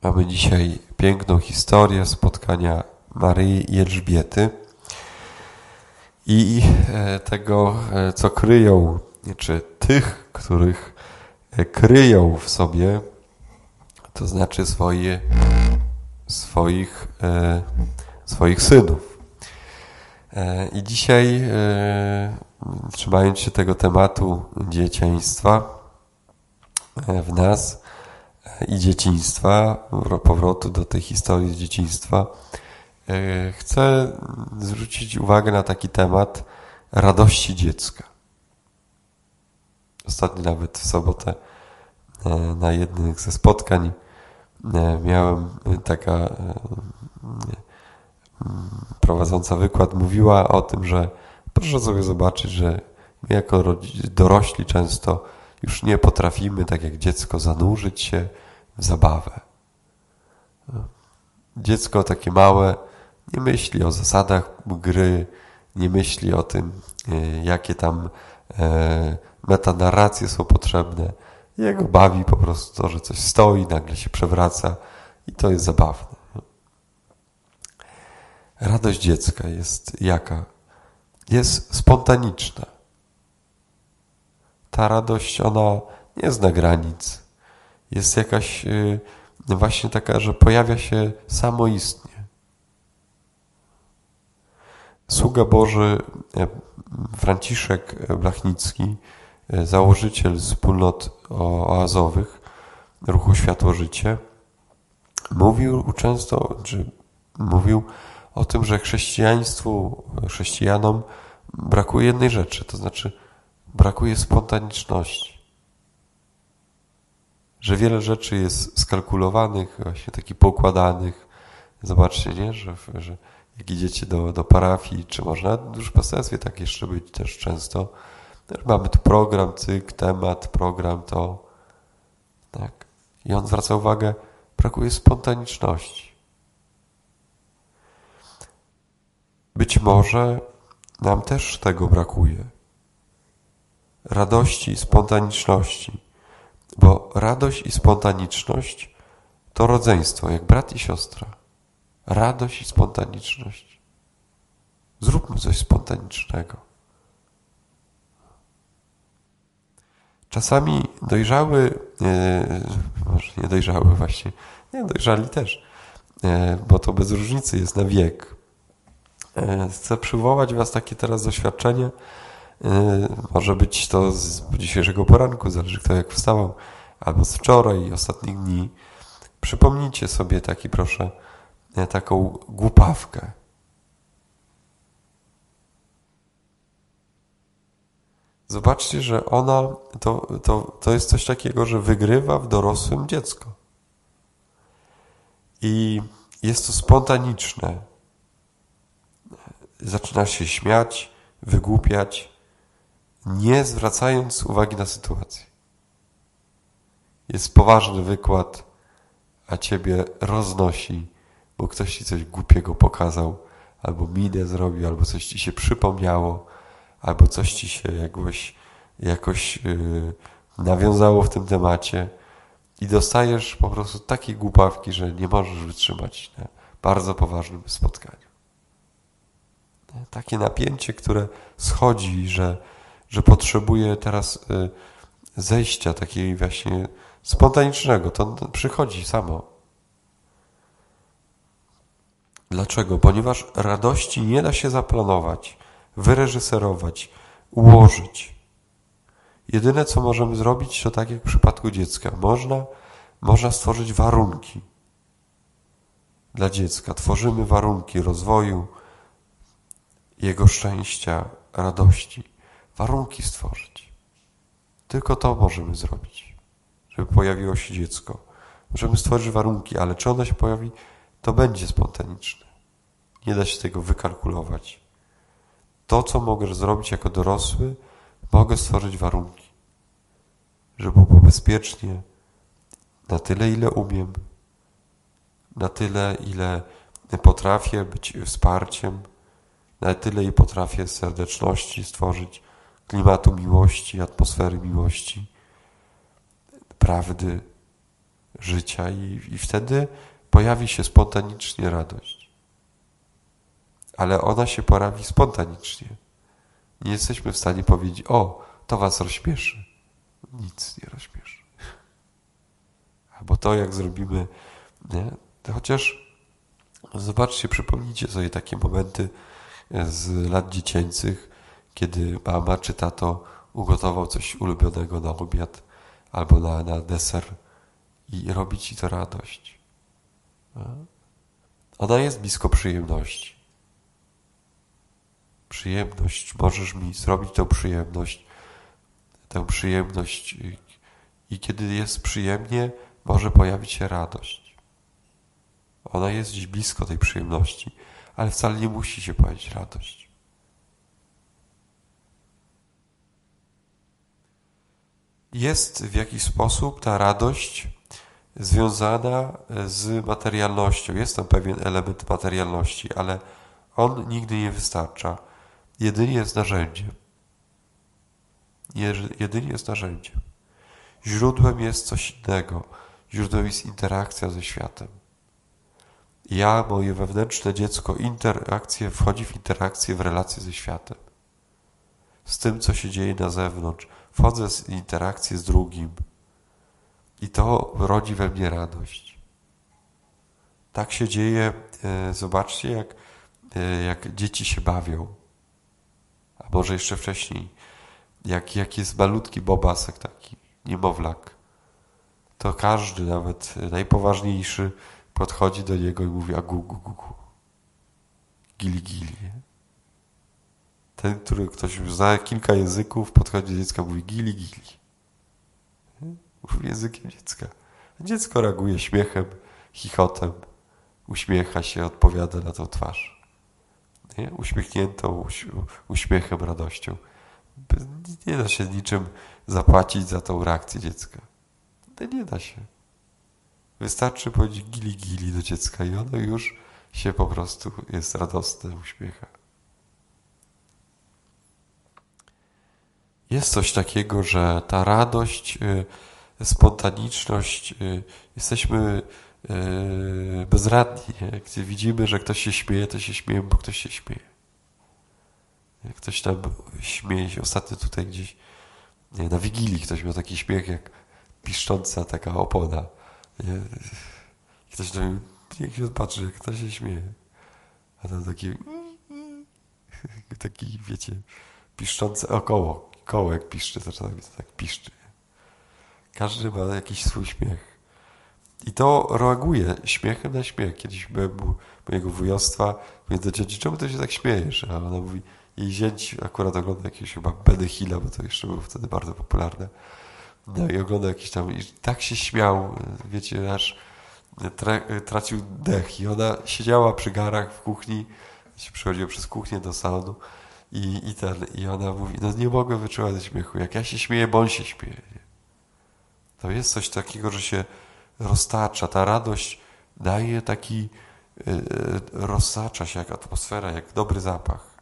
Mamy dzisiaj piękną historię spotkania Maryi i Elżbiety i tego, co kryją, czy tych, których kryją w sobie, to znaczy swoich synów. I dzisiaj, trzymając się tego tematu dzieciństwa w nas i dzieciństwa, powrotu do tej historii z dzieciństwa, chcę zwrócić uwagę na taki temat radości dziecka. Ostatnio nawet w sobotę na jednym ze spotkań miałem taka prowadząca wykład mówiła o tym, że proszę sobie zobaczyć, że my jako dorośli często już nie potrafimy, tak jak dziecko, zanurzyć się w zabawę. Dziecko takie małe nie myśli o zasadach gry, nie myśli o tym, jakie tam metanarracje są potrzebne. Jego bawi po prostu to, że coś stoi, nagle się przewraca i to jest zabawne. Radość dziecka jest jaka? Jest spontaniczna. Ta radość, ona nie zna granic. Jest jakaś właśnie taka, że pojawia się samoistnie. Sługa Boży Franciszek Blachnicki, założyciel wspólnot oazowych Ruchu Światło-Życie, mówił o tym, że chrześcijanom brakuje jednej rzeczy, to znaczy brakuje spontaniczności. Że wiele rzeczy jest skalkulowanych, właśnie takich poukładanych. Zobaczcie, nie? Że jak idziecie do parafii, czy może na duszpasterstwie tak jeszcze być też często, mamy tu program, temat, program, to. Tak. I on zwraca uwagę, brakuje spontaniczności. Być może nam też tego brakuje. Radości i spontaniczności. Bo radość i spontaniczność to rodzeństwo, jak brat i siostra. Radość i spontaniczność. Zróbmy coś spontanicznego. Czasami dojrzali też, bo to bez różnicy jest na wiek. Chcę przywołać was takie teraz doświadczenie, może być to z dzisiejszego poranku, zależy kto jak wstawał, albo z wczoraj i ostatnich dni. Przypomnijcie sobie taką głupawkę. Zobaczcie, że ona to jest coś takiego, że wygrywa w dorosłym dziecko. I jest to spontaniczne. Zaczyna się śmiać, wygłupiać, nie zwracając uwagi na sytuację. Jest poważny wykład, a ciebie roznosi, bo ktoś ci coś głupiego pokazał, albo minę zrobił, albo coś ci się przypomniało, albo coś ci się jakoś nawiązało w tym temacie i dostajesz po prostu takiej głupawki, że nie możesz wytrzymać na bardzo poważnym spotkaniu. Takie napięcie, które schodzi, że potrzebuje teraz zejścia takiej właśnie spontanicznego. To przychodzi samo. Dlaczego? Ponieważ radości nie da się zaplanować, wyreżyserować, ułożyć. Jedyne, co możemy zrobić, to tak jak w przypadku dziecka. Można stworzyć warunki dla dziecka. Tworzymy warunki rozwoju, jego szczęścia, radości. Warunki stworzyć. Tylko to możemy zrobić, żeby pojawiło się dziecko. Możemy stworzyć warunki, ale czy ono się pojawi, to będzie spontaniczne. Nie da się tego wykalkulować. To, co mogę zrobić jako dorosły, mogę stworzyć warunki, żeby było bezpiecznie, na tyle, ile umiem, na tyle, ile potrafię być wsparciem, na tyle, ile potrafię serdeczności stworzyć, klimatu miłości, atmosfery miłości, prawdy, życia i wtedy pojawi się spontanicznie radość. Ale ona się pojawi spontanicznie. Nie jesteśmy w stanie powiedzieć, o, to was rozśmieszy. Nic nie rozśmieszy. Albo to, jak zrobimy, nie? To chociaż zobaczcie, przypomnijcie sobie takie momenty z lat dziecięcych, kiedy mama czy tato ugotował coś ulubionego na obiad albo na deser i robi ci to radość. Ona jest blisko przyjemności. Przyjemność, możesz mi zrobić tę przyjemność i kiedy jest przyjemnie, może pojawić się radość. Ona jest gdzieś blisko tej przyjemności, ale wcale nie musi się pojawić radość. Jest w jakiś sposób ta radość związana z materialnością. Jest tam pewien element materialności, ale on nigdy nie wystarcza. Jedynie jest narzędziem. Jedynie jest narzędziem. Źródłem jest coś innego. Źródłem jest interakcja ze światem. Ja, moje wewnętrzne dziecko, wchodzi w interakcję, w relację ze światem. Z tym, co się dzieje na zewnątrz. Wchodzę w interakcję z drugim. I to rodzi we mnie radość. Tak się dzieje, zobaczcie, jak dzieci się bawią. A może jeszcze wcześniej, jak jest malutki bobasek taki, niemowlak, to każdy, nawet najpoważniejszy, podchodzi do niego i mówi agu, gu, gu, gu. Gili, gili. Ten, który ktoś już zna kilka języków, podchodzi do dziecka i mówi gili, gili. Mówi językiem dziecka. Dziecko reaguje śmiechem, chichotem, uśmiecha się, odpowiada na tą twarz. Nie? Uśmiechniętą uśmiechem, radością. Nie da się niczym zapłacić za tą reakcję dziecka. Nie da się. Wystarczy powiedzieć gili, gili do dziecka i ono już się po prostu jest radosne, uśmiecha. Jest coś takiego, że ta radość, spontaniczność, jesteśmy bezradni. Nie? Gdy widzimy, że ktoś się śmieje, to się śmiejemy, bo ktoś się śmieje. Jak ktoś tam śmieje się, ostatnio tutaj gdzieś, nie, na Wigilii ktoś miał taki śmiech jak piszcząca taka opona. Nie? Ktoś tam, jak się patrzy, jak ktoś się śmieje. A tam taki, wiecie, piszczące koło jak piszczy, to czasami to tak piszczy. Każdy ma jakiś swój śmiech. I to reaguje śmiechem na śmiech. Kiedyś byłem u mojego wujostwa, mówię do cioci, czemu ty się tak śmiejesz? A ona mówi, jej zięć akurat ogląda jakiegoś chyba Benny Hilla, bo to jeszcze było wtedy bardzo popularne. No i ogląda jakiś tam, i tak się śmiał, wiecie, aż tracił dech. I ona siedziała przy garach w kuchni, się przechodziła przez kuchnię do salonu i ona mówi, no nie mogę wytrzymać ze śmiechu. Jak ja się śmieję, bo on się śmieje. To jest coś takiego, że się roztacza. Ta radość daje taki, roztacza się jak atmosfera, jak dobry zapach.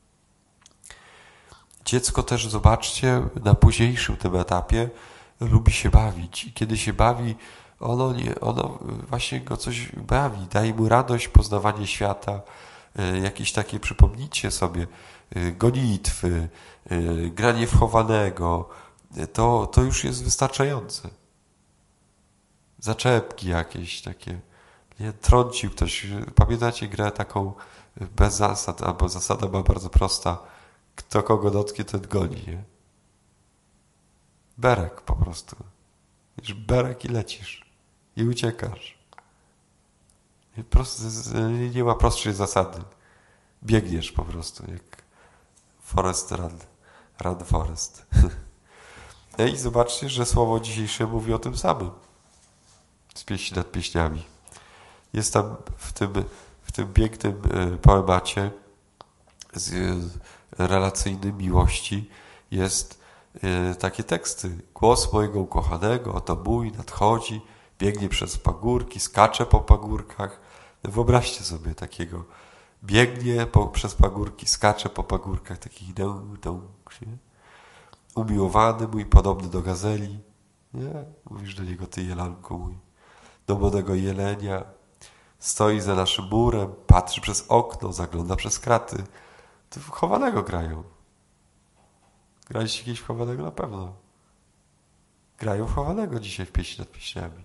Dziecko też, zobaczcie, na późniejszym tym etapie lubi się bawić. I kiedy się bawi, ono właśnie go coś bawi. Daje mu radość, poznawanie świata, jakieś takie, przypomnijcie sobie, gonitwy, granie w chowanego. To już jest wystarczające. Zaczepki jakieś takie. Nie? Trącił ktoś. Pamiętacie grę taką bez zasad, albo zasada była bardzo prosta. Kto kogo dotknie, ten goni. Nie? Berek po prostu. Wiesz, berek i lecisz. I uciekasz. Nie ma prostszej zasady. Biegniesz po prostu, jak Forest Run Forest. I zobaczcie, że słowo dzisiejsze mówi o tym samym. Z pieśni nad pieśniami. Jest tam w tym pięknym poemacie relacyjnym miłości jest takie teksty. Głos mojego ukochanego, oto mój, nadchodzi, biegnie przez pagórki, skacze po pagórkach. Wyobraźcie sobie takiego. Biegnie przez pagórki, skacze po pagórkach, takich nie? Umiłowany mój, podobny do gazeli. Nie? Mówisz do niego, ty jelanku mój. do młodego jelenia. Stoi za naszym murem, patrzy przez okno, zagląda przez kraty. To w chowanego grają. Graliście kiedyś w chowanego? Na pewno. Grają w chowanego dzisiaj w pieśni nad pieśniami.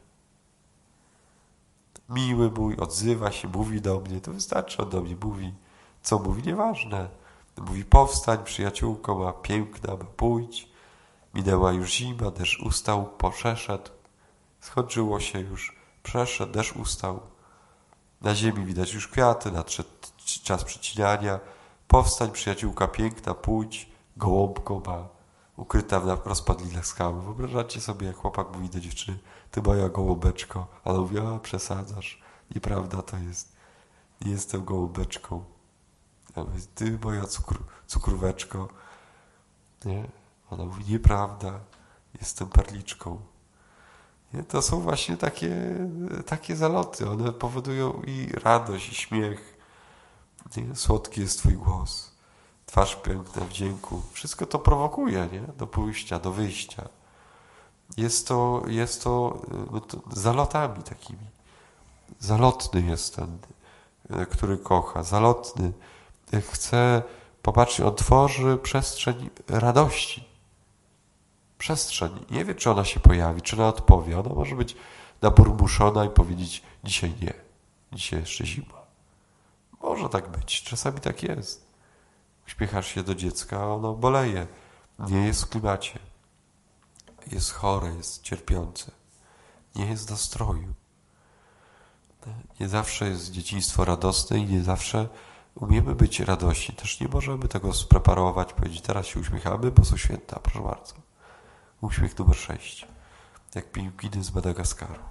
Miły mój, odzywa się, mówi do mnie. To wystarczy, on do mnie mówi. Co mówi? Nieważne. Mówi: powstań, przyjaciółko ma, piękna ma, pójdź. Minęła już zima, deszcz ustał, przeszedł. Skończyło się już, przeszedł, deszcz ustał. Na ziemi widać już kwiaty, nadszedł czas przecinania. Powstań, przyjaciółka piękna, pójdź, gołąbko ma, ukryta w rozpadlinach skały. Wyobrażacie sobie, jak chłopak mówi do dziewczyny: ty moja gołąbeczko. A ona mówi: a przesadzasz, nieprawda to jest, nie jestem gołąbeczką. A mówi: ty moja cukróweczko. Nie? Ona mówi: nieprawda, jestem perliczką. Nie? To są właśnie takie zaloty. One powodują i radość, i śmiech. Nie? Słodki jest twój głos, twarz piękna w wdzięku. Wszystko to prowokuje, nie? Do pójścia, do wyjścia. Jest to zalotami takimi. Zalotny jest ten, który kocha. Zalotny. Chce, popatrzcie, on tworzy przestrzeń radości. Przestrzeń. Nie wie, czy ona się pojawi, czy ona odpowie. Ona może być naburmuszona i powiedzieć: dzisiaj nie. Dzisiaj jeszcze zima. Może tak być. Czasami tak jest. Uśmiechasz się do dziecka, a ono boleje. Nie jest w klimacie. Jest chore, jest cierpiące. Nie jest w nastroju. Nie zawsze jest dzieciństwo radosne i nie zawsze umiemy być radośni. Też nie możemy tego spreparować, powiedzieć: teraz się uśmiechamy, bo są święta. Proszę bardzo. Uśmiech numer 6. Jak pingwiny z Madagaskaru.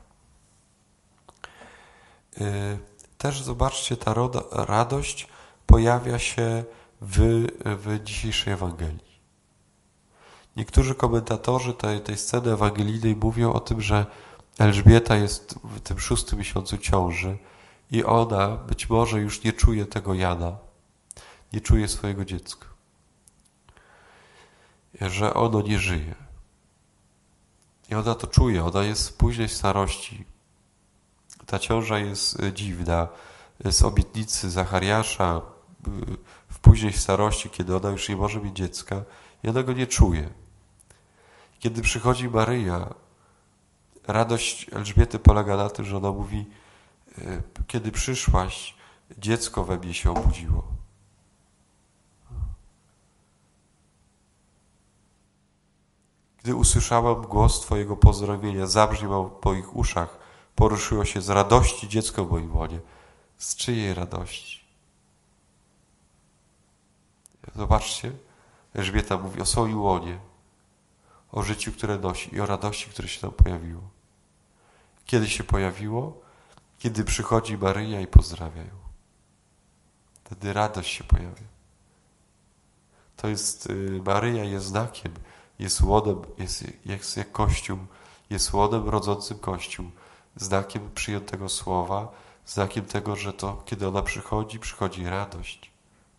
Też zobaczcie, ta radość pojawia się w dzisiejszej Ewangelii. Niektórzy komentatorzy tej sceny ewangelijnej mówią o tym, że Elżbieta jest w tym 6. miesiącu ciąży i ona być może już nie czuje tego Jana, nie czuje swojego dziecka, że ono nie żyje. I ona to czuje, ona jest w późnej starości. Ta ciąża jest dziwna. Z obietnicy Zachariasza w późnej starości, kiedy ona już nie może mieć dziecka, i ona go nie czuje. Kiedy przychodzi Maryja, radość Elżbiety polega na tym, że ona mówi: kiedy przyszłaś, dziecko we mnie się obudziło. Gdy usłyszałam głos Twojego pozdrowienia, zabrzmiał w moich uszach, poruszyło się z radości dziecko w moim łonie. Z czyjej radości? Zobaczcie, Elżbieta mówi o swoim łonie, o życiu, które nosi i o radości, które się tam pojawiło. Kiedy się pojawiło? Kiedy przychodzi Maryja i pozdrawia ją. Wtedy radość się pojawia. To jest, Maryja jest znakiem, jest łonem, jest jak Kościół, jest łonem rodzącym Kościół, znakiem przyjętego słowa, znakiem tego, że to, kiedy ona przychodzi, przychodzi radość.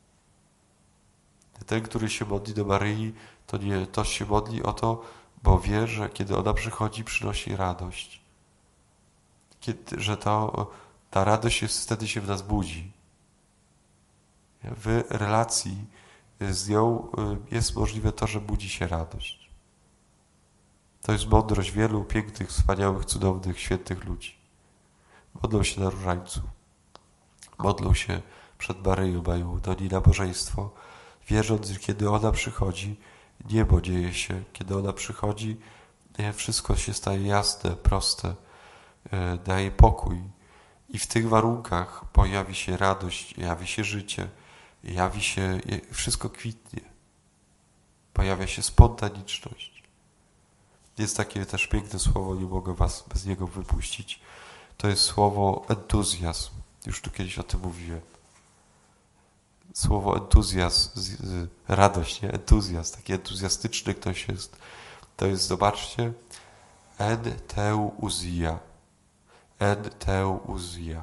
Ten, który się modli do Maryi, to nie to się modli o to, bo wie, że kiedy ona przychodzi, przynosi radość. Że ta radość wtedy się w nas budzi. W relacji z nią jest możliwe to, że budzi się radość. To jest mądrość wielu pięknych, wspaniałych, cudownych, świętych ludzi. Modlą się na różańcu. Modlą się przed Maryją, mają do niej nabożeństwo, wierząc, że kiedy ona przychodzi, niebo dzieje się. Kiedy ona przychodzi, wszystko się staje jasne, proste, daje pokój. I w tych warunkach pojawi się radość, jawi się życie, wszystko kwitnie. Pojawia się spontaniczność. Jest takie też piękne słowo, nie mogę was bez niego wypuścić. To jest słowo entuzjazm. Już tu kiedyś o tym mówiłem. Słowo entuzjazm, radość, nie? Entuzjazm, taki entuzjastyczny ktoś jest. To jest, zobaczcie, enteuzja. Enteuzja.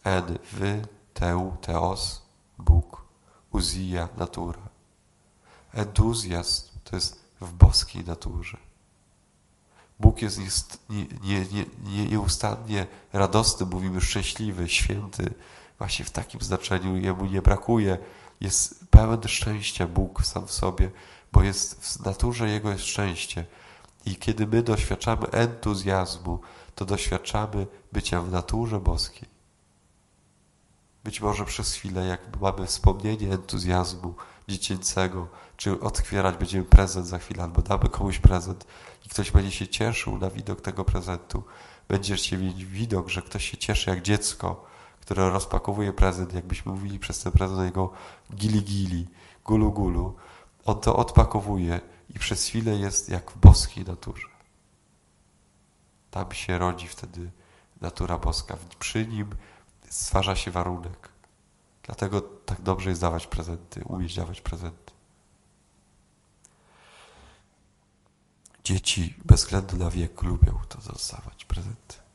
Teos, Bóg. Uzja, natura. Entuzjazm to jest w boskiej naturze. Bóg jest nieustannie radosny, mówimy szczęśliwy, święty. Właśnie w takim znaczeniu Jemu nie brakuje. Jest pełen szczęścia Bóg sam w sobie, bo jest w naturze Jego jest szczęście. I kiedy my doświadczamy entuzjazmu, to doświadczamy bycia w naturze boskiej. Być może przez chwilę, jak mamy wspomnienie entuzjazmu dziecięcego, czy otwierać będziemy prezent za chwilę, albo damy komuś prezent i ktoś będzie się cieszył na widok tego prezentu. Będziecie mieć widok, że ktoś się cieszy jak dziecko, które rozpakowuje prezent, jakbyśmy mówili przez ten prezent jego gili gili, gulu gulu. On to odpakowuje i przez chwilę jest jak w boskiej naturze. Tam się rodzi wtedy natura boska. Przy nim stwarza się warunek. Dlatego tak dobrze jest dawać prezenty, umieć dawać prezenty. Dzieci bez względu na wiek lubią to dostawać prezenty.